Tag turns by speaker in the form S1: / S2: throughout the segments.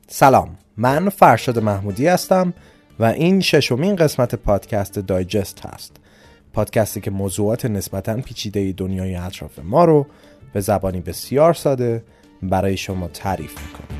S1: سلام، من فرشاد محمودی هستم و این ششمین قسمت پادکست دایجست هست. پادکستی که موضوعات نسبتاً پیچیده دنیای اطراف ما رو به زبانی بسیار ساده برای شما تعریف میکنه.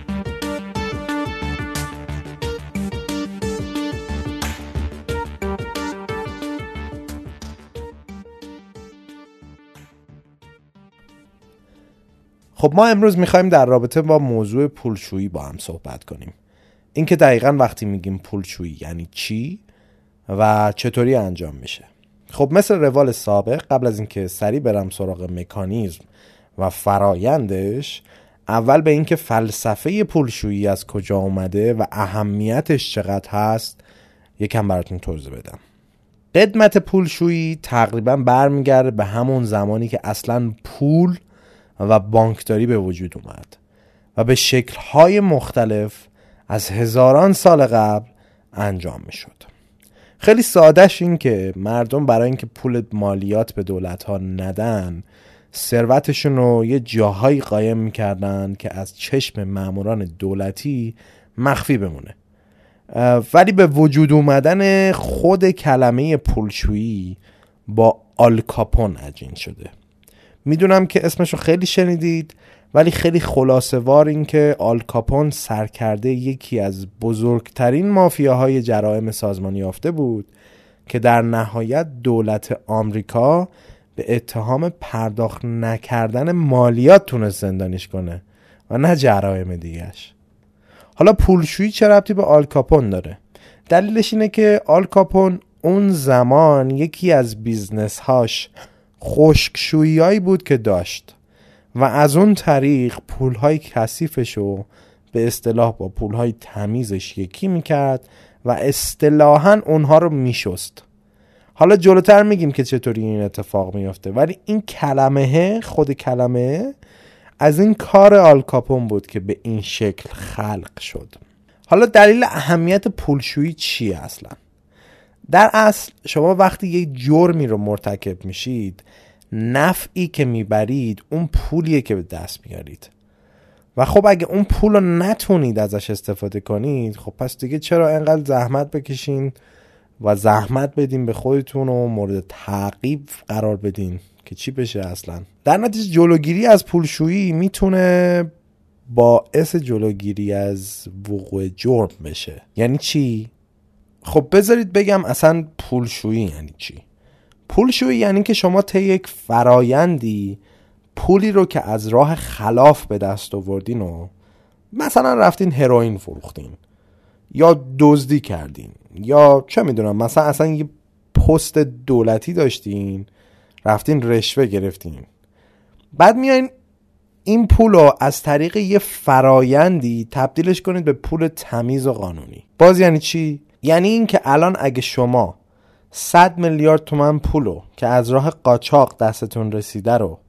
S1: خب ما امروز میخوایم در رابطه با موضوع پولشویی با هم صحبت کنیم. اینکه دقیقاً وقتی میگیم پولشویی یعنی چی و چطوری انجام میشه. خب مثل روال سابق قبل از اینکه سریع برم سراغ مکانیزم و فرایندش، اول به اینکه فلسفه پولشویی از کجا اومده و اهمیتش چقدر هست یکم براتون توضیح بدم. قدمت پولشویی تقریباً برمیگرده به همون زمانی که اصلاً پول و بانکداری به وجود اومد و به شکل‌های مختلف از هزاران سال قبل انجام می‌شد. خیلی سادهش این که مردم برای اینکه پول مالیات به دولت‌ها ندن، ثروتشون رو یه جاهایی قایم می‌کردن که از چشم ماموران دولتی مخفی بمونه. ولی به وجود اومدن خود کلمه پولشویی با آل کاپون عجین شده. میدونم که اسمشو خیلی شنیدید، ولی خیلی خلاصه وار این که آل کاپون سرکرده یکی از بزرگترین مافیاهای جرائم سازمانی یافته بود که در نهایت دولت آمریکا به اتهام پرداخت نکردن مالیات تونست زندانیش کنه و نه جرایم دیگه‌اش. حالا پولشویی چه ربطی به آل کاپون داره؟ دلیلش اینه که آل کاپون اون زمان یکی از بیزنس هاش خشکشویی‌هایی بود که داشت و از اون طریق پولهای کثیفشو به اصطلاح با پولهای تمیزش یکی میکرد و اصطلاحاً اونها رو میشست. حالا جلوتر میگیم که چطوری این اتفاق میفته، ولی این کلمه، خود کلمه از این کار آل کاپون بود که به این شکل خلق شد. حالا دلیل اهمیت پولشویی چیه اصلا؟ در اصل شما وقتی یک جرمی رو مرتکب میشید، نفعی که میبرید اون پولیه که به دست میارید و خب اگه اون پول رو نتونید ازش استفاده کنید، خب پس دیگه چرا اینقدر زحمت بکشین و زحمت بدین به خودتون و مورد تعقیب قرار بدین که چی بشه اصلا. در نتیجه جلوگیری از پولشویی میتونه باعث جلوگیری از وقوع جرم بشه. یعنی چی؟ خب بذارید بگم اصلا پولشویی یعنی چی. پولشویی یعنی که شما طی یک فرایندی پولی رو که از راه خلاف به دست آوردین و مثلا رفتین هروئین فروختین یا دزدی کردین یا چه میدونم مثلا اصلا یه پست دولتی داشتین رفتین رشوه گرفتین، بعد میایین این پول رو از طریق یه فرایندی تبدیلش کنید به پول تمیز و قانونی. باز یعنی چی؟ یعنی این که الان اگه شما 100 میلیارد تومان پولو که از راه قاچاق دستتون رسیده رو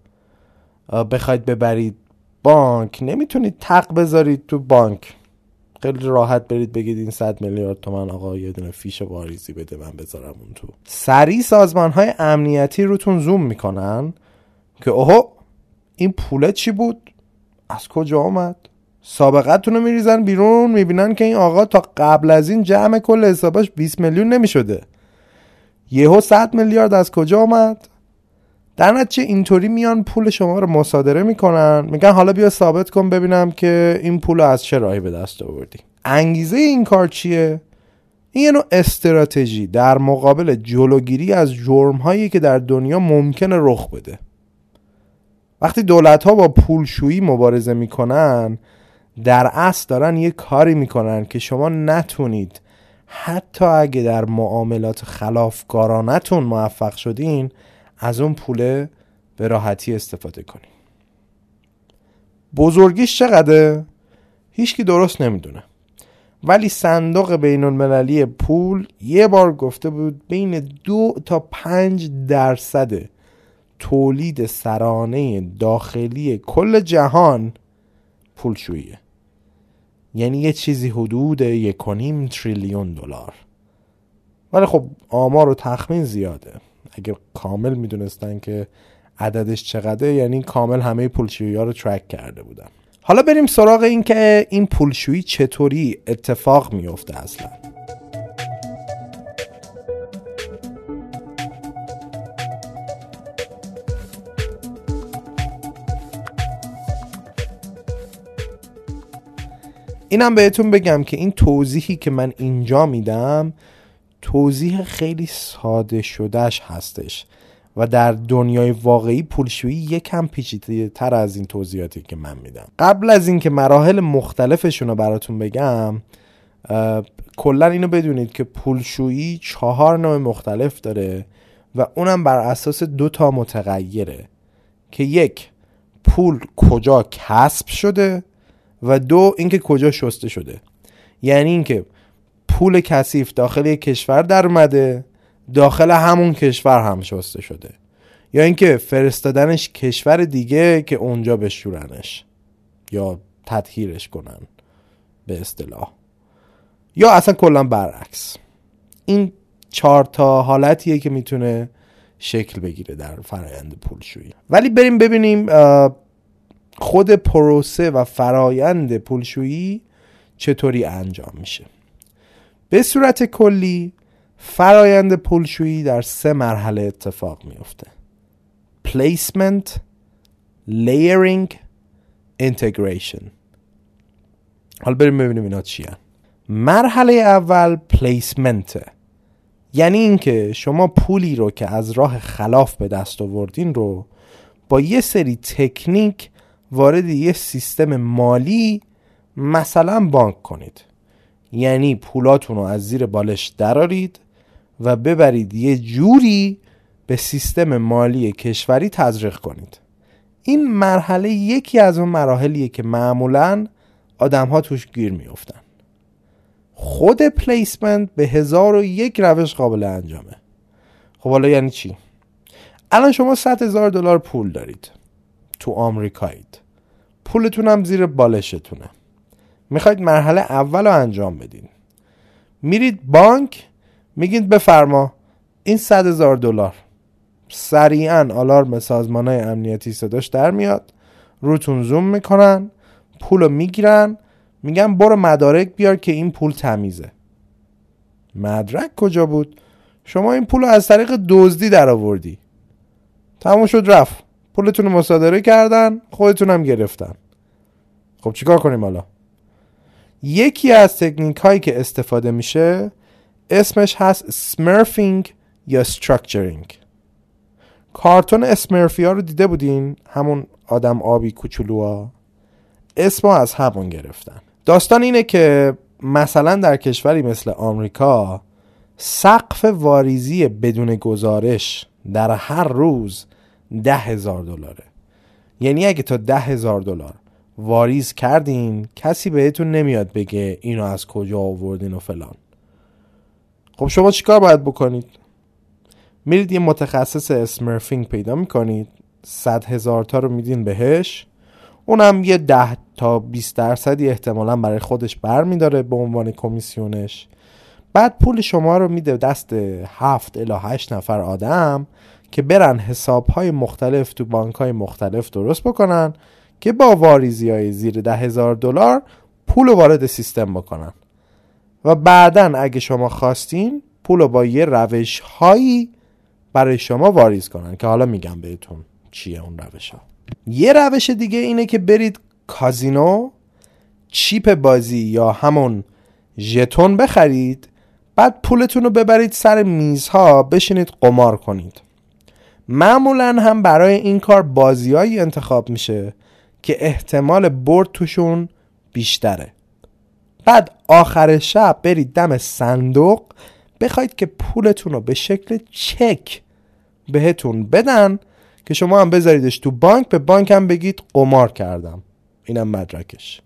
S1: بخواید ببرید بانک، نمیتونید تق بذارید تو بانک خیلی راحت برید بگید این 100 میلیارد تومان آقا یه دونه فیش واریزی بده من بذارم اون تو. سریع سازمان‌های امنیتی روتون زوم میکنن که اوهو این پوله چی بود؟ از کجا آمد؟ سابقتون رو میریزن بیرون، میبینن که این آقا تا قبل از این جمع کل حساباش 20 میلیون نمیشده، یهو 100 میلیارد از کجا آمد؟ در نتیجه اینطوری میان پول شما رو مصادره میکنن، میگن حالا بیا ثابت کن ببینم که این پول از چه راهی به دست آوردی. انگیزه این کار چیه؟ این یه نوع استراتژی در مقابل جلوگیری از جرم‌هایی که در دنیا ممکنه رخ بده. وقتی دولت‌ها با پولشویی مبارزه میکنن، در اصل دارن یه کاری میکنن که شما نتونید حتی اگه در معاملات خلافکارانتون موفق شدین از اون پوله به راحتی استفاده کنین. بزرگیش چقدره؟ هیچکی درست نمیدونه، ولی صندوق بین‌المللی پول یه بار گفته بود بین 2 تا 5% تولید سرانه داخلی کل جهان پولشوییه. یعنی یه چیزی حدود 1.5 تریلیون دلار. ولی خب آمار و تخمین زیاده. اگه کامل میدونستن که عددش چقدره، یعنی کامل همه پولشویی‌ها رو ترک کرده بودن. حالا بریم سراغ این که این پولشویی چطوری اتفاق میفته اصلا. اینم بهتون بگم که این توضیحی که من اینجا میدم توضیح خیلی ساده شدهش هستش و در دنیای واقعی پولشویی یکم پیچیده تر از این توضیحاتی که من میدم. قبل از این که مراحل مختلفشون رو براتون بگم، کلا اینو بدونید که پولشویی 4 نوع مختلف داره و اونم بر اساس 2 متغیره که 1 پول کجا کسب شده و 2 اینکه کجا شسته شده. یعنی اینکه پول کثیف داخل یک کشور در اومده، داخل همون کشور هم شسته شده، یا اینکه فرستادنش کشور دیگه که اونجا بشورنش یا تطهیرش کنن به اصطلاح، یا اصلا کلا برعکس. این 4 حالتیه که میتونه شکل بگیره در فرایند پولشویی. ولی بریم ببینیم خود پروسه و فرایند پولشویی چطوری انجام میشه. به صورت کلی فرایند پولشویی در 3 مرحله اتفاق میفته: placement، layering، integration. حالا بریم ببینیم اینا چی هست. مرحله اول placement، یعنی اینکه شما پولی رو که از راه خلاف به دست آوردین رو با یه سری تکنیک وارد یه سیستم مالی مثلا بانک کنید. یعنی پولاتون رو از زیر بالش درارید و ببرید یه جوری به سیستم مالی کشوری تزریق کنید. این مرحله یکی از اون مراحلیه که معمولاً آدم‌ها توش گیر میافتن. خود پلیسمنت به 1001 روش قابل انجامه. خب حالا یعنی چی؟ الان شما $100,000 پول دارید، تو آمریکایید، پولتون هم زیر بالشتونه، میخواید مرحله اول رو انجام بدین. میرید بانک، میگید بفرما این $100,000. سریعا آلارم سازمانهای امنیتی صداش در میاد، روتون زوم میکنن، پولو میگیرن، میگن برو مدارک بیار که این پول تمیزه. مدرک کجا بود؟ شما این پولو از طریق دزدی در آوردی. تموم شد رفت. پولتون رو مصادره کردن، خودتون هم گرفتن. خب چیکار کنیم حالا؟ یکی از تکنیک هایی که استفاده میشه اسمش هست اسمرفینگ یا استراکچرینگ. کارتون اسمرفی ها رو دیده بودین؟ همون آدم آبی کوچولوها. اسمو از همون گرفتن. داستان اینه که مثلا در کشوری مثل آمریکا سقف واریزی بدون گزارش در هر روز $10,000. یعنی اگه تا $10,000 واریز کردین کسی بهتون نمیاد بگه اینو از کجا آوردین و فلان. خب شما چیکار باید بکنید؟ میرید یه متخصص اسمرفینگ پیدا میکنید، 100,000 تا رو میدین بهش، اونم یه 10 تا 20% احتمالاً برای خودش بر میداره به عنوان کمیسیونش. بعد پول شما رو میده دست 7 الی 8 نفر آدم که برن حسابهای مختلف تو بانکهای مختلف درست بکنن که با واریزی های زیر $10,000 پول وارد سیستم بکنن و بعدن اگه شما خواستین پول با یه روش هایی برای شما واریز کنن که حالا میگم بهتون چیه اون روش ها. یه روش دیگه اینه که برید کازینو، چیپ بازی یا همون ژتون بخرید، بعد پولتون رو ببرید سر میزها بشینید قمار کنید. معمولا هم برای این کار بازیایی انتخاب میشه که احتمال برد توشون بیشتره. بعد آخر شب برید دم صندوق بخواید که پولتون رو به شکل چک بهتون بدن که شما هم بذاریدش تو بانک، به بانک هم بگید قمار کردم، اینم مدرکش.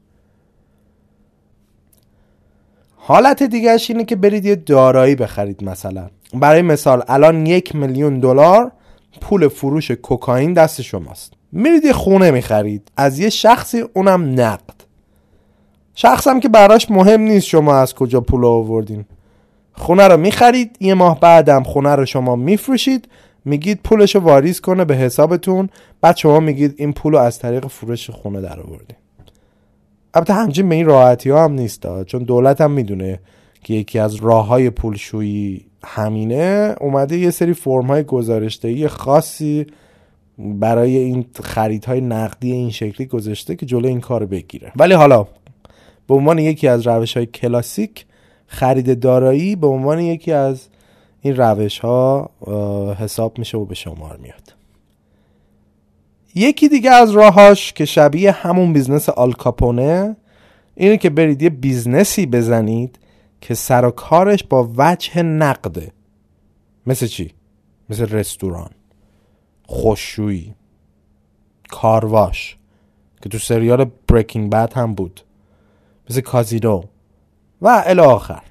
S1: حالت دیگهش اینه که برید یه دارایی بخرید. مثلا برای مثال الان $1,000,000 پول فروش کوکائین دست شماست، میرید یه خونه میخرید از یه شخصی، اونم نقد. شخصم که براش مهم نیست شما از کجا پول آوردین. خونه رو میخرید، یه ماه بعدم خونه رو شما میفروشید، میگید پولشو واریز کنه به حسابتون، بعد شما میگید این پولو از طریق فروش خونه در آوردین. البته همچین به این راحتی ها هم نیست چون دولت هم میدونه که یکی از راه های پولشویی همینه. اومده یه سری فرم های گزارش‌دهی خاصی برای این خریدهای نقدی این شکلی گذاشته که جلوی این کارو بگیره. ولی حالا به عنوان یکی از روش‌های کلاسیک خرید دارایی به عنوان یکی از این روش‌ها حساب میشه و به شمار میاد. یکی دیگه از راهاش که شبیه همون بیزنس آلکاپونه اینه که برید یه بیزنسی بزنید که سر و کارش با وجه نقده. مثل چی؟ مثل رستوران، خشکشویی، کارواش که تو سریال بریکینگ بد هم بود، مثل کازینو و الی آخر.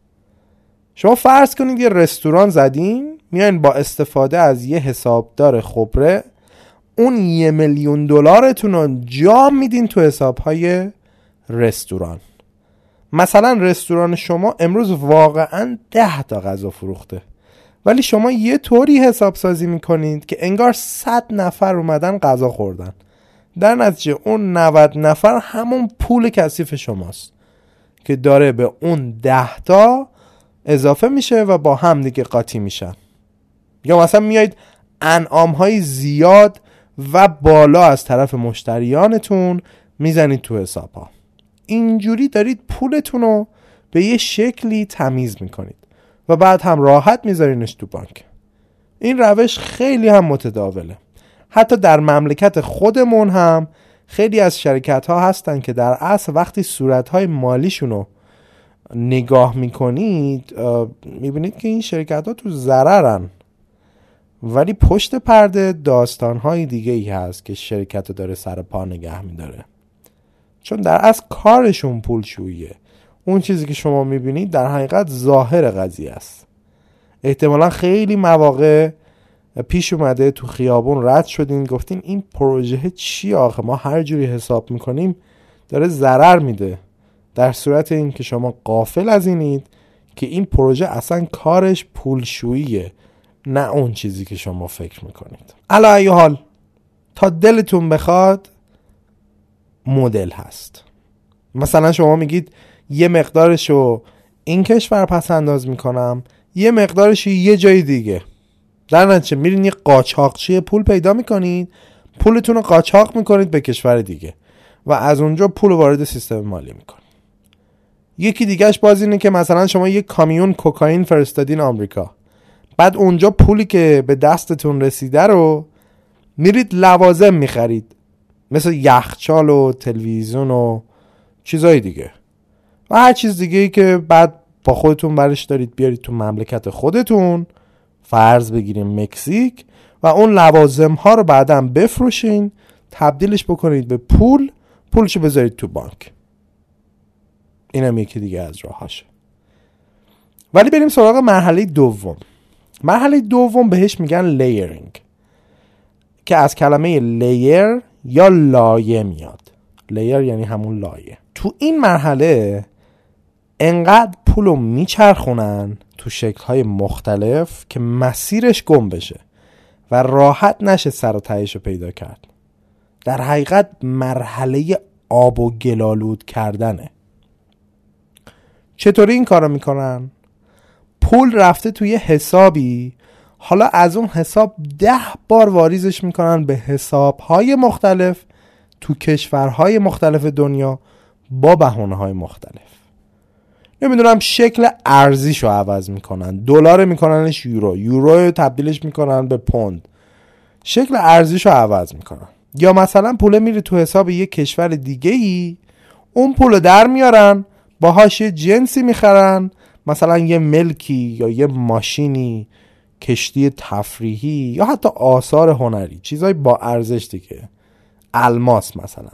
S1: شما فرض کنید یه رستوران زدین، میاین با استفاده از یه حسابدار خبره اون $1,000,000 رو جا میدین تو حسابهای رستوران. مثلا رستوران شما امروز واقعا 10 تا غذا فروخته، ولی شما یه طوری حساب سازی میکنید که انگار 100 نفر اومدن غذا خوردن. در نتیجه اون 90 نفر همون پول کثیف شماست که داره به اون 10 تا اضافه میشه و با هم دیگه قاطی میشن. یا مثلا میایید انعامهای زیاد و بالا از طرف مشتریانتون میزنید تو حساب ها. اینجوری دارید پولتون رو به یه شکلی تمیز میکنید و بعد هم راحت میذارینش تو بانک. این روش خیلی هم متداوله. حتی در مملکت خودمون هم خیلی از شرکت ها هستن که در اصل وقتی صورتهای مالیشون رو نگاه میکنید میبینید که این شرکت ها تو ضررن، ولی پشت پرده داستانهای دیگه ای هست که شرکت رو داره سر پا نگه میداره. چون در اصل کارشون پولشوییه. اون چیزی که شما میبینید در حقیقت ظاهر قضیه است. احتمالا خیلی مواقع پیش اومده تو خیابون رد شدین گفتین این پروژه چی آخه، ما هر جوری حساب میکنیم داره ضرر میده، در صورت این که شما غافل از اینید که این پروژه اصلا کارش پولشوییه، نه اون چیزی که شما فکر میکنید. علی ای حال تا دلتون بخواد مدل هست. مثلا شما میگید یه مقدارشو این کشور پس انداز میکنم، یه مقدارشو یه جای دیگه. در نتیجه میرین یه قاچاقچی پول پیدا میکنید، پولتون رو قاچاق میکنید به کشور دیگه و از اونجا پول وارد سیستم مالی میکنید. یکی دیگهش باز اینه که مثلا شما یه کامیون کوکائین فرستادین آمریکا، بعد اونجا پولی که به دستتون رسیده رو میرید لوازم میخرید، مثل یخچال و تلویزیون و چیزای دیگه و هر چیز دیگه ای که بعد با خودتون برش دارید بیارید تو مملکت خودتون، فرض بگیریم مکزیک، و اون لوازم ها رو بعداً بفروشین، تبدیلش بکنید به پول، پولشو بذارید تو بانک. اینم یکی دیگه از راهاشه. ولی بریم سراغ مرحله دوم. مرحله دوم بهش میگن لیرینگ که از کلمه لیر یا لایه میاد. لیر یعنی همون لایه. تو این مرحله انقدر پولو میچرخونن تو شکل‌های مختلف که مسیرش گم بشه و راحت نشه سر و تهش رو پیدا کرد. در حقیقت مرحله آب و گلالود کردنه. چطوری این کارو میکنن؟ پول رفته توی حسابی، حالا از اون حساب 10 بار واریزش میکنن به حسابهای مختلف تو کشورهای مختلف دنیا با بهونه‌های مختلف. نمیدونم شکل ارزیشو عوض میکنن، دلار میکننش یورو، یورو تبدیلش میکنن به پوند، شکل ارزیشو عوض میکنن. یا مثلا پول میره تو حساب یه کشور دیگه ای، اون پولو در میارن باهاش یه جنسی میخرن، مثلا یه ملکی یا یه ماشینی، کشتی تفریحی یا حتی آثار هنری، چیزای با ارزش دیگه، الماس مثلا.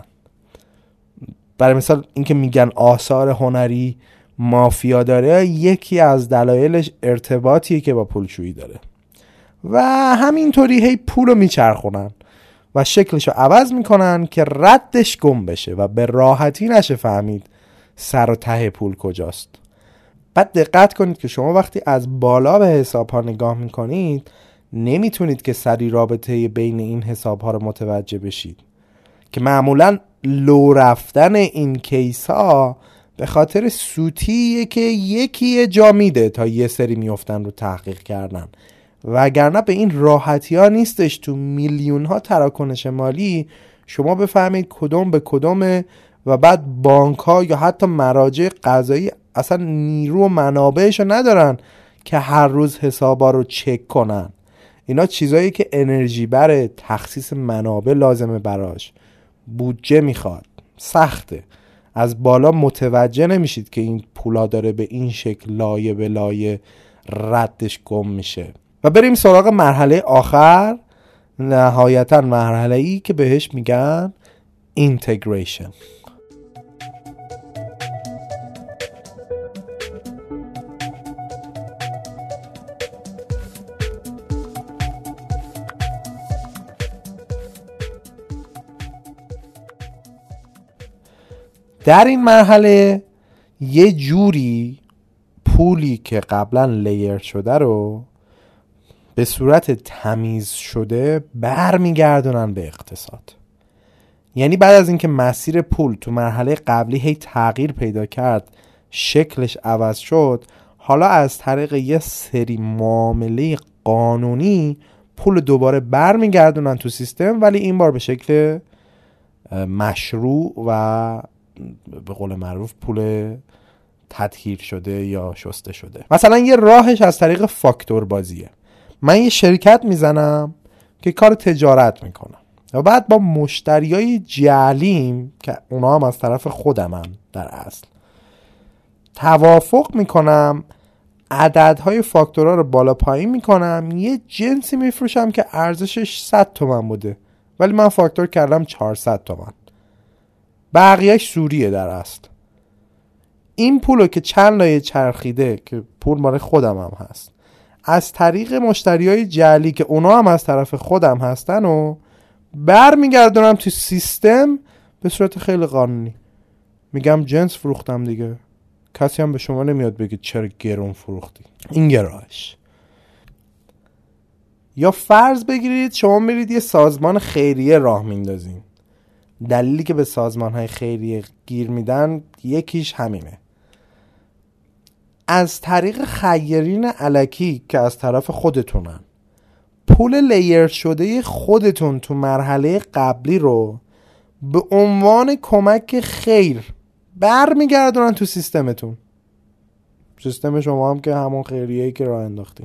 S1: برای مثال اینکه میگن آثار هنری مافیا داره، یکی از دلایلش ارتباطیه که با پولشویی داره و همینطوری هی پولو میچرخونن و شکلشو عوض میکنن که ردش گم بشه و به راحتی نشه فهمید سر و ته پول کجاست. بعد دقت کنید که شما وقتی از بالا به حساب ها نگاه میکنید نمیتونید که سری رابطه بین این حساب ها رو متوجه بشید که معمولا لو رفتن این کیس ها به خاطر سوتیه که یکی جا میده تا یه سری میفتن رو تحقیق کردن، وگرنه به این راحتی ها نیستش تو میلیون ها تراکنش مالی شما بفهمید کدوم به کدومه و بعد بانک ها یا حتی مراجع قضایی اصلا نیرو و منابعشو ندارن که هر روز حسابا رو چک کنن. اینا چیزایی که انرژی بره، تخصیص منابع لازمه براش، بودجه میخواد، سخته. از بالا متوجه نمیشید که این پولا داره به این شکل لایه به لایه ردش گم میشه. و بریم سراغ مرحله آخر، نهایتا مرحله‌ای که بهش میگن اینتگریشن. در این مرحله یه جوری پولی که قبلا لیر شده رو به صورت تمیز شده برمیگردونن به اقتصاد. یعنی بعد از اینکه مسیر پول تو مرحله قبلی هی تغییر پیدا کرد، شکلش عوض شد، حالا از طریق یه سری معامله قانونی پول دوباره برمیگردونن تو سیستم، ولی این بار به شکل مشروع و به قول معروف پول تطهیر شده یا شسته شده. مثلا یه راهش از طریق فاکتور بازیه. من یه شرکت میزنم که کار تجارت میکنم و بعد با مشتریای جعلیم که اونا هم از طرف خودمن در اصل توافق میکنم، عددهای فاکتورها رو بالا پایین میکنم، یه جنسی میفروشم که ارزشش 100 تومن بوده ولی من فاکتور کردم 400 تومن، بقیهش سوریه در اصل. این پولو که چند لایه چرخیده که پول مال خودم هم هست، از طریق مشتریای جعلی که اونا هم از طرف خودم هستن و برمیگردونم تو سیستم به صورت خیلی قانونی. میگم جنس فروختم دیگه، کسی هم به شما نمیاد بگه چرا گرون فروختی. این گراش. یا فرض بگیرید شما میرید یه سازمان خیریه راه میندازین. دلیلی که به سازمان‌های خیریه گیر میدن یکیش همینه. از طریق خیرین الکی که از طرف خودتونن، پول لیر شده خودتون تو مرحله قبلی رو به عنوان کمک خیر برمیگردونن تو سیستمتون. سیستم شما هم که همون خیریه‌ای که راه انداختین.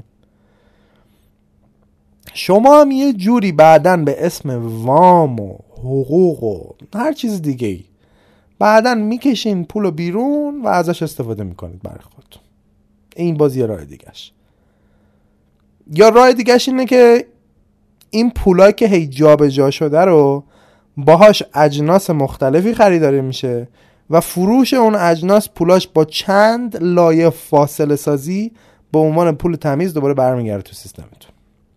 S1: شما هم یه جوری بعدن به اسم وام و حقوق و هر چیز دیگه ای بعدن میکشین پولو بیرون و ازش استفاده میکنید برای خودتون. این باز یه راه دیگهش. یا راه دیگهش اینه که این پولایی که هی جا به جا شده رو باهاش اجناس مختلفی خریداری میشه و فروش اون اجناس پولاش با چند لایه فاصله سازی به عنوان پول تمیز دوباره برمیگرده تو سیستمتون.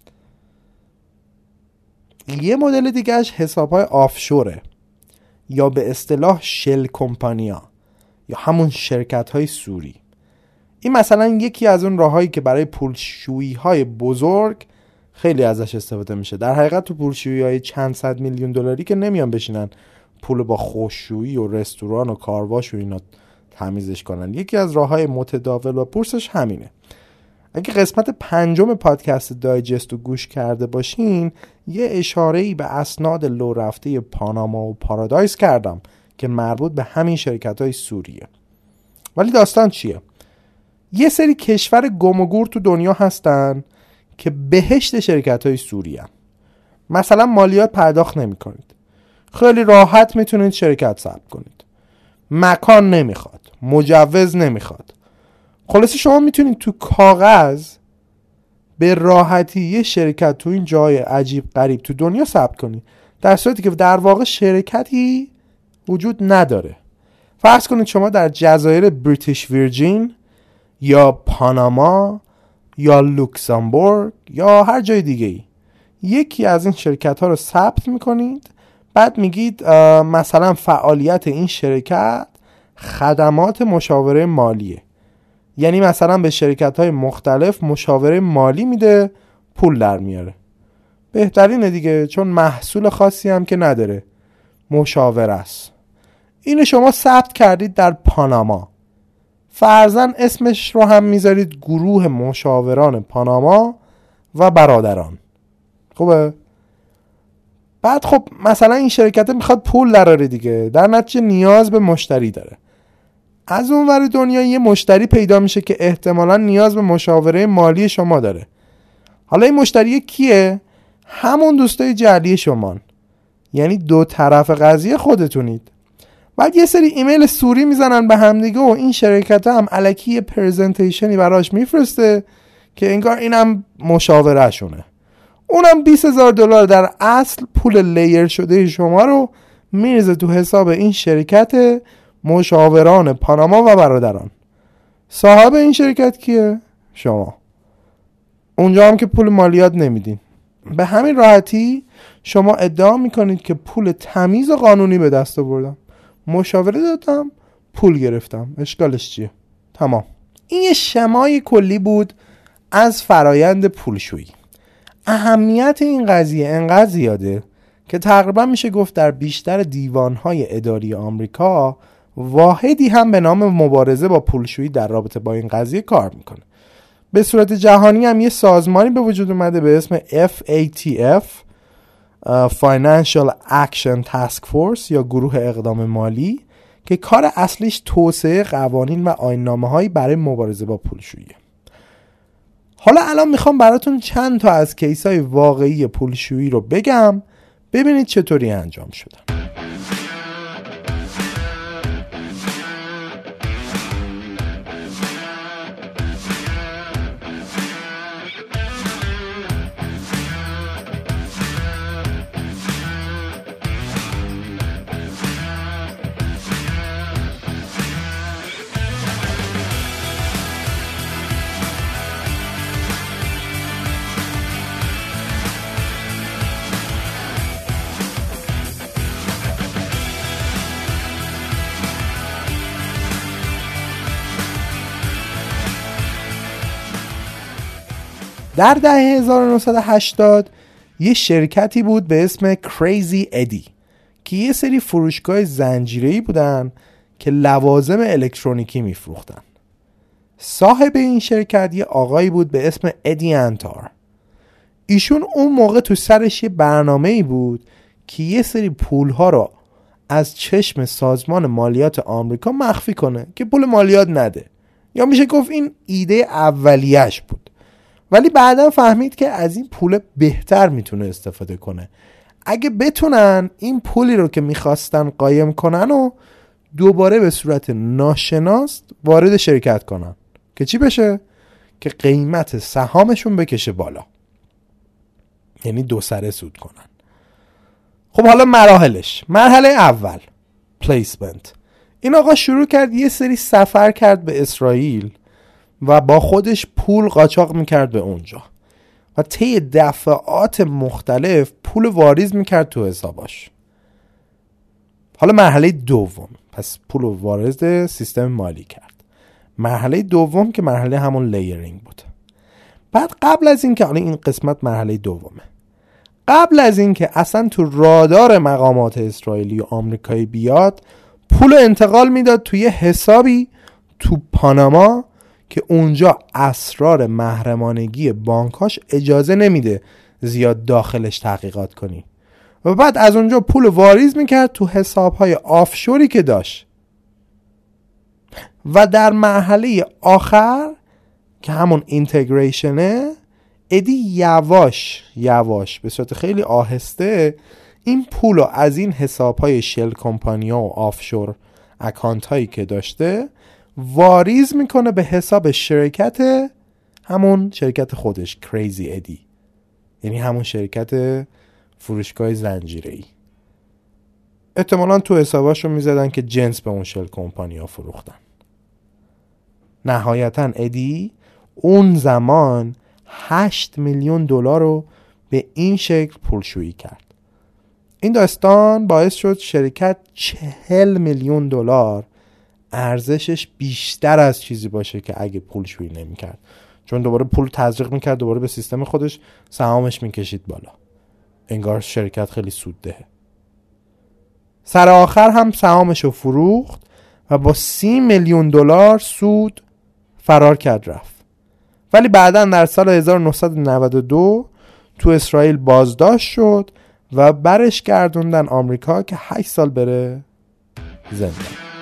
S1: یه مدل دیگهش حسابهای آفشوره یا به اصطلاح شل کمپانیا یا همون شرکت‌های سوری. این مثلا یکی از اون راهایی که برای پولشویی‌های بزرگ خیلی ازش استفاده میشه. در حقیقت تو پولشویی‌های چند صد میلیون دلاری که نمیان بشینن پول با خشکشویی و رستوران و کارواش و اینا تمیزش کنن. یکی از راههای متداول و پورسش همینه. اگه قسمت 5 پادکست دایجست رو گوش کرده باشین، یه اشاره‌ای به اسناد لو رفته پاناما و پارادایس کردم که مربوط به همین شرکت‌های سوریه. ولی داستان چیه؟ یه سری کشور گم و گور تو دنیا هستن که بهشت شرکت‌های سوریه. مثلا مالیات پرداخت نمی‌کنید. خیلی راحت میتونید شرکت ثبت کنید. مکان نمیخواد، مجوز نمیخواد. خلاصه شما میتونید تو کاغذ به راحتی یه شرکت تو این جای عجیب غریب تو دنیا ثبت کنید، در صورتی که در واقع شرکتی وجود نداره. فرض کنید شما در جزایر بریتیش ویرجین یا پاناما یا لوکزامبورگ یا هر جای دیگه ای یکی از این شرکت ها رو ثبت میکنید. بعد میگید مثلا فعالیت این شرکت خدمات مشاوره مالیه، یعنی مثلا به شرکت های مختلف مشاوره مالی میده، پول در میاره. بهترینه دیگه، چون محصول خاصی هم که نداره. مشاور است. اینو شما ثبت کردید در پاناما، فرضاً اسمش رو هم میذارید گروه مشاوران پاناما و برادران. خوبه؟ بعد خب مثلا این شرکت میخواد پول دراره دیگه، در نتیجه نیاز به مشتری داره. از اون ور دنیا یه مشتری پیدا میشه که احتمالاً نیاز به مشاوره مالی شما داره. حالا این مشتری کیه؟ همون دوستای جعلی شمان، یعنی دو طرف قضیه خودتونید. بعد یه سری ایمیل سوری میزنن به همدیگه و این شرکت هم الکی یه پرزنتیشنی براش میفرسته که انگار اینم مشاوره شونه. اونم $20,000 در اصل پول لیر شده شما رو میرزه تو حساب این شرکت مشاوران پاناما و برادران. صاحب این شرکت کیه؟ شما. اونجا هم که پول مالیات نمیدین. به همین راحتی شما ادعا میکنید که پول تمیز و قانونی به دست آوردم، مشاوره دادم، پول گرفتم، اشکالش چیه؟ تمام. این یه شمای کلی بود از فرایند پولشویی. اهمیت این قضیه انقدر زیاده که تقریبا میشه گفت در بیشتر دیوانهای اداری آمریکا واحدی هم به نام مبارزه با پولشویی در رابطه با این قضیه کار میکنه. به صورت جهانی هم یه سازمانی به وجود اومده به اسم FATF Financial Action Task Force یا گروه اقدام مالی که کار اصلیش توسعه قوانین و آیین‌نامه‌هایی برای مبارزه با پولشوییه. حالا الان میخوام براتون چند تا از کیس‌های واقعی پولشویی رو بگم، ببینید چطوری انجام شدن. در دهه 1980 یه شرکتی بود به اسم کریزی ادی که یه سری فروشگاه زنجیره‌ای بودن که لوازم الکترونیکی میفروختن. صاحب این شرکت یه آقایی بود به اسم ادی انتار. ایشون اون موقع تو سرش یه برنامه‌ای بود که یه سری پولها رو از چشم سازمان مالیات آمریکا مخفی کنه که پول مالیات نده، یا میشه گفت این ایده اولیه‌اش بود. ولی بعدا فهمید که از این پول بهتر میتونه استفاده کنه. اگه بتونن این پولی رو که میخواستن قایم کنن و دوباره به صورت ناشناس وارد شرکت کنن که چی بشه؟ که قیمت سهامشون بکشه بالا، یعنی دو سره سود کنن. خب حالا مراحلش. مرحله اول پلیسمنت. این آقا شروع کرد یه سری سفر کرد به اسرائیل و با خودش پول قاچاق میکرد به اونجا و طی دفعات مختلف پول واریز میکرد تو حساباش. حالا مرحله دوم، پس پول وارد سیستم مالی کرد. مرحله دوم که مرحله همون لیرینگ بود. بعد قبل از این که این قسمت مرحله دومه، قبل از این که اصلا تو رادار مقامات اسرائیلی و آمریکایی بیاد، پول انتقال میداد توی حسابی تو پاناما که اونجا اسرار محرمانگی بانکاش اجازه نمیده زیاد داخلش تحقیقات کنی، و بعد از اونجا پول واریز میکرد تو حسابهای آفشوری که داشت. و در مرحله آخر که همون اینتگریشنه، ادی یواش به صورت خیلی آهسته این پولو از این حسابهای شل کمپانیا و آفشور اکانت هایی که داشته واریز میکنه به حساب شرکت، همون شرکت خودش، کریزی ادی، یعنی همون شرکت فروشگاه زنجیره‌ای. احتمالاً تو حساباشو میزدن که جنس به اون شل کمپانیا فروختن. نهایتاً ادی اون زمان $8 میلیون رو به این شکل پولشویی کرد. این داستان باعث شد شرکت $40 میلیون ارزشش بیشتر از چیزی باشه که اگه پولشویی نمی‌کرد، چون دوباره پول تزریق می‌کرد، دوباره به سیستم خودش سهامش می‌کشید بالا. انگار شرکت خیلی سوددهه. سر آخر هم سهامشو فروخت و با 30 میلیون دلار سود فرار کرد رفت. ولی بعداً در سال 1992 تو اسرائیل بازداشت شد و برش گردوندن آمریکا که 8 سال بره زندان.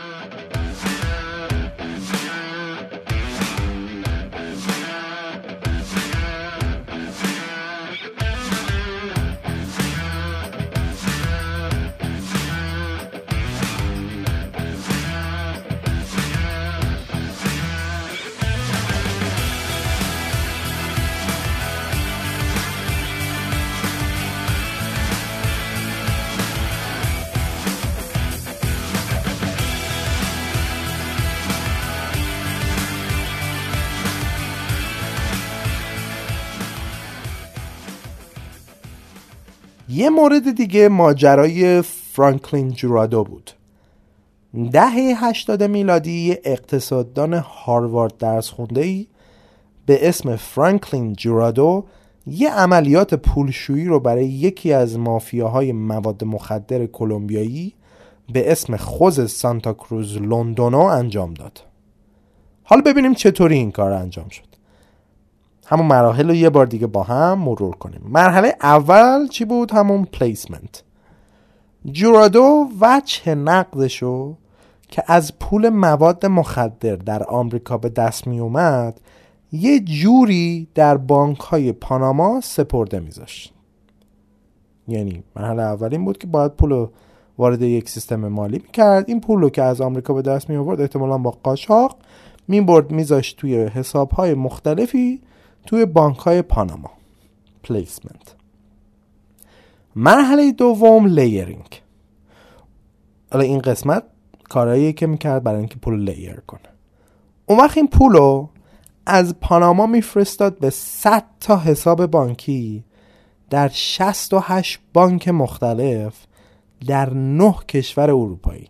S1: یه مورد دیگه ماجرای فرانکلین جورادو بود. دهه 80 میلادی یه اقتصاددان هاروارد درس خونده‌ای به اسم فرانکلین جورادو یه عملیات پولشویی رو برای یکی از مافیاهای مواد مخدر کلمبیایی به اسم خوز سانتا کروز لوندونو انجام داد. حالا ببینیم چطوری این کار انجام شد. همون مراحل رو یه بار دیگه با هم مرور کنیم. مرحله اول چی بود؟ همون پلیسمنت. جورادو وجه نقدشو که از پول مواد مخدر در آمریکا به دست می اومد یه جوری در بانک‌های پاناما سپرده میذاشت. یعنی مرحله اول این بود که باید پول وارد یک سیستم مالی میکرد. این پولو که از آمریکا به دست می آورد احتمالاً با قاچاق میبرد میذاشت توی حساب‌های مختلفی توی بانک‌های پاناما. پلیسمنت. مرحله دوم لیرینگ. حالا این قسمت کارهاییه که میکرد برای اینکه پول لیر کنه. اون وقت این پولو از پاناما میفرستاد به 100 تا حساب بانکی در 68 بانک مختلف در 9 کشور اروپایی.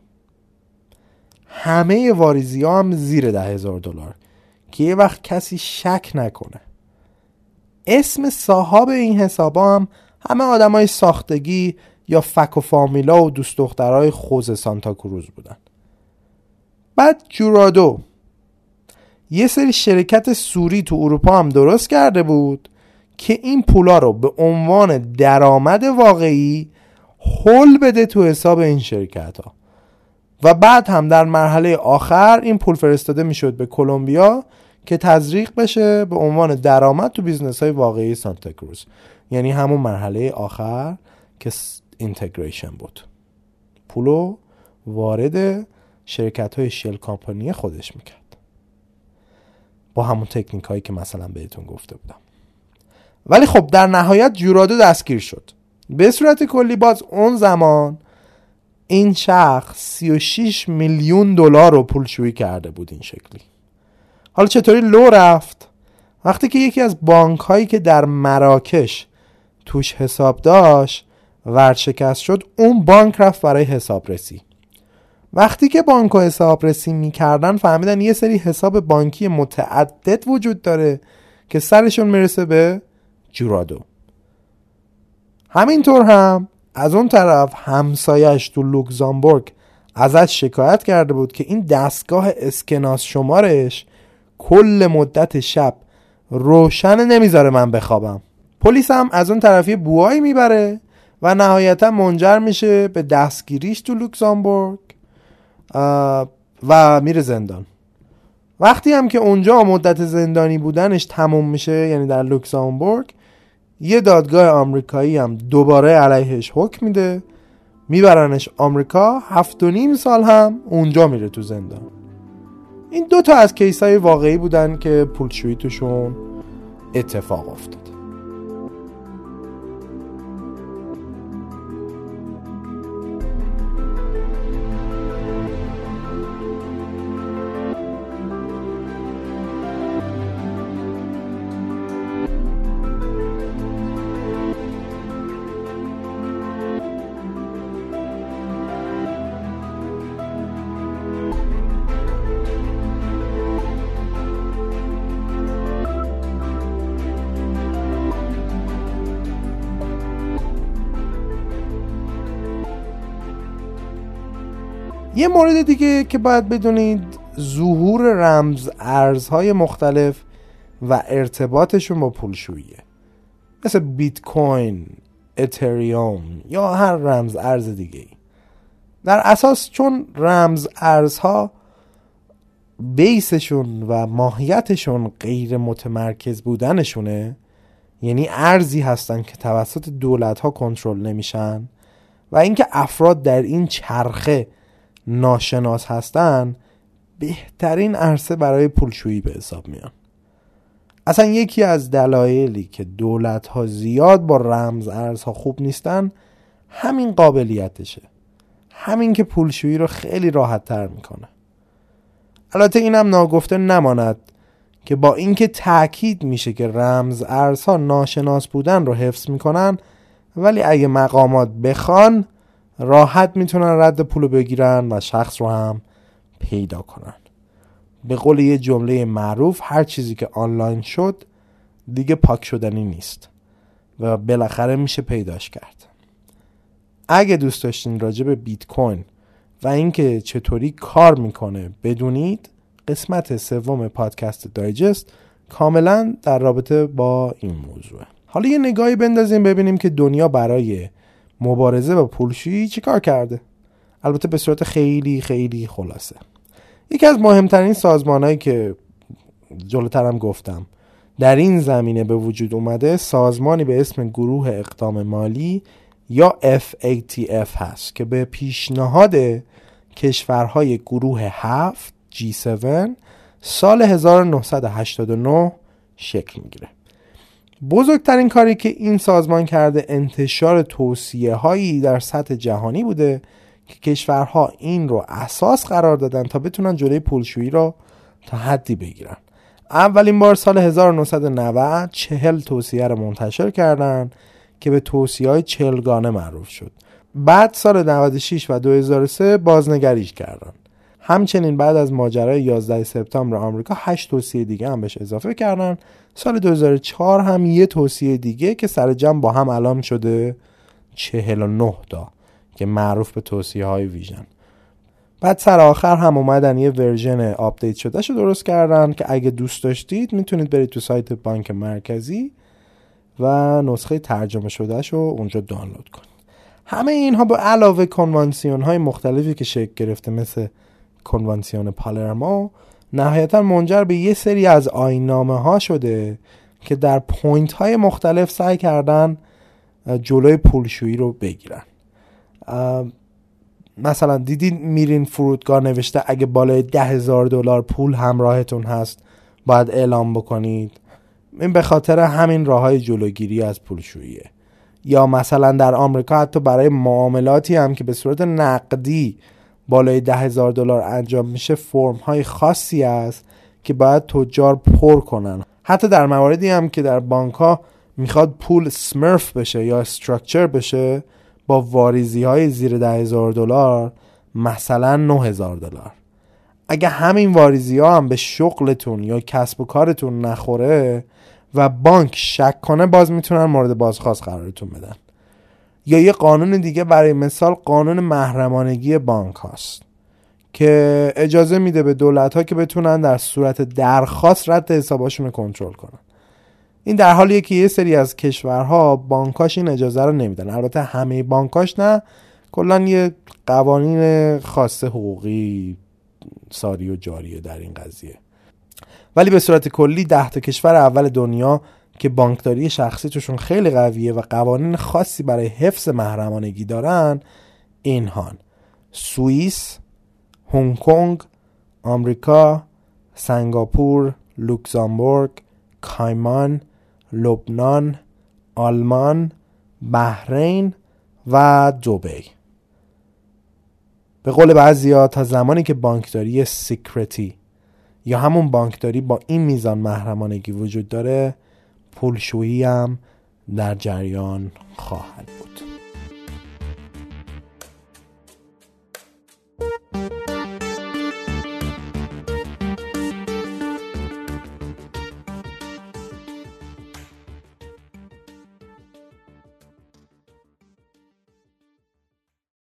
S1: همه واریزی ها هم زیر $10,000 که یه وقت کسی شک نکنه. اسم صاحب این حسابا هم همه آدمای ساختگی یا فک و فامیلا و دوست دخترای خوز سانتا کروز بودن. بعد جورادو یه سری شرکت سوری تو اروپا هم درست کرده بود که این پولا رو به عنوان درآمد واقعی هول بده تو حساب این شرکت ها و بعد هم در مرحله آخر این پول فرستاده میشد به کلمبیا که تزریق بشه به عنوان درآمد تو بیزنس های واقعی سانتا کروز. یعنی همون مرحله آخر که اینتگریشن بود. پولو وارد شرکت های شل کامپانی خودش میکرد با همون تکنیک هایی که مثلا بهتون گفته بودم. ولی خب در نهایت جورادو دستگیر شد. به صورت کلی باز اون زمان این شخص 36 میلیون دلار رو پولشویی کرده بود این شکلی. حالا چطوری لو رفت؟ وقتی که یکی از بانک هایی که در مراکش توش حساب داشت ورشکست شد، اون بانک رفت برای حسابرسی. وقتی که بانک ها حسابرسی میکردن فهمیدن یه سری حساب بانکی متعدد وجود داره که سرشون میرسه به جورادو. همینطور هم از اون طرف همسایش تو لوکزامبورگ ازش شکایت کرده بود که این دستگاه اسکناس شمارش کل مدت شب روشن نمیذاره من بخوابم. پلیس هم از اون طرفی بوایی میبره و نهایتا منجر میشه به دستگیریش تو لوکزامبورگ و میره زندان. وقتی هم که اونجا مدت زندانی بودنش تموم میشه، یعنی در لوکزامبورگ، یه دادگاه آمریکایی هم دوباره علیهش حکم میده، میبرنش آمریکا، 7.5 سال هم اونجا میره تو زندان. این 2 تا از کیسای واقعی بودن که پولشویی توشون اتفاق افتاد. یه مورد دیگه که باید بدونید ظهور رمز ارزهای مختلف و ارتباطشون با پولشوییه، مثل بیت کوین، اتریوم یا هر رمز ارز دیگه ای. در اساس چون رمز ارزها بیسشون و ماهیتشون غیر متمرکز بودنشونه، یعنی ارزی هستن که توسط دولت ها کنترل نمیشن و اینکه افراد در این چرخه ناشناس هستن، بهترین عرصه برای پولشویی به حساب میان. اصلا یکی از دلایلی که دولت ها زیاد با رمز ارزها خوب نیستن همین قابلیتشه، همین که پولشویی رو خیلی راحت تر میکنه. البته اینم ناگفته نماند که با اینکه تأکید میشه که رمز ارزها ناشناس بودن رو حفظ میکنن، ولی اگه مقامات بخوان راحت میتونن رد پول بگیرن و شخص رو هم پیدا کنن. به قول یه جمله معروف، هر چیزی که آنلاین شد دیگه پاک شدنی نیست و بالاخره میشه پیداش کرد. اگه دوست داشتین راجع به بیت کوین و اینکه چطوری کار میکنه بدونید، قسمت 3 پادکست دایجست کاملا در رابطه با این موضوع. حالا یه نگاهی بندازیم ببینیم که دنیا برای مبارزه با پولشویی چی کار کرده. البته به صورت خیلی خیلی خلاصه. یکی از مهمترین سازمانهایی که جلوترم گفتم در این زمینه به وجود اومده، سازمانی به اسم گروه اقدام مالی یا FATF هست که به پیشنهاد کشورهای گروه 7 G7 سال 1989 شکل میگیره. بزرگترین کاری که این سازمان کرده انتشار توصیه هایی در سطح جهانی بوده که کشورها این رو اساس قرار دادن تا بتونن جلوی پولشویی رو تا حدی بگیرن. اولین بار سال 1990 40 توصیه رو منتشر کردن که به توصیه‌های 40 گانه معروف شد. بعد سال 96 و 2003 بازنگریش کردن. همچنین بعد از ماجرای 11 سپتامبر آمریکا 8 توصیه دیگه هم بهش اضافه کردن. سال 2004 هم یه توصیه دیگه که سر جمع با هم علام شده 49 تا که معروف به توصیه های ویژن. بعد سر آخر هم اومدن یه ورژن آپدیت شده شو درست کردن که اگه دوست داشتید میتونید برید تو سایت بانک مرکزی و نسخه ترجمه شده شو اونجا دانلود کنید. همه اینها به علاوه کنوانسیون های مختلفی که شکل گرفته مثل کنوانسیون پالرمو نهایتا منجر به یه سری از آیین‌نامه ها شده که در پوینت های مختلف سعی کردن جلوی پولشویی رو بگیرن. مثلا دیدین میرین فرودگاه نوشته اگه بالای $10,000 پول همراهتون هست باید اعلام بکنید. این به خاطر همین راههای جلوگیری از پولشوییه. یا مثلا در آمریکا حتی برای معاملاتی هم که به صورت نقدی بالای $10,000 انجام میشه فرم های خاصی هست که باید تجار پر کنن. حتی در مواردی هم که در بانک ها میخواد پول سمرف بشه یا استراکچر بشه با واریزی های زیر $10,000 مثلا $9,000. اگه همین واریزی ها هم به شغلتون یا کسب و کارتون نخوره و بانک شک کنه باز میتونن مورد بازخواست قرارتون بدن. یا یه قانون دیگه برای مثال قانون محرمانگی بانک هاست که اجازه میده به دولت ها که بتونن در صورت درخواست رد حساباشون رو کنترل کنن. این در حالیه که یه سری از کشورها بانکاش این اجازه رو نمیدن. البته همه بانکاش نه، کلن یه قوانین خاص حقوقی ساری و جاریه در این قضیه. ولی به صورت کلی 10 تا کشور اول دنیا که بانکداری شخصی توشون خیلی قویه و قوانین خاصی برای حفظ محرمانگی دارن اینهان: سوئیس، هنگ کنگ، آمریکا، سنگاپور، لوکزامبورگ، کایمان، لبنان، آلمان، بحرین و دبی. به قول بعضیا تا زمانی که بانکداری سیکرتی یا همون بانکداری با این میزان محرمانگی وجود داره، پولشویی هم در جریان خواهد بود.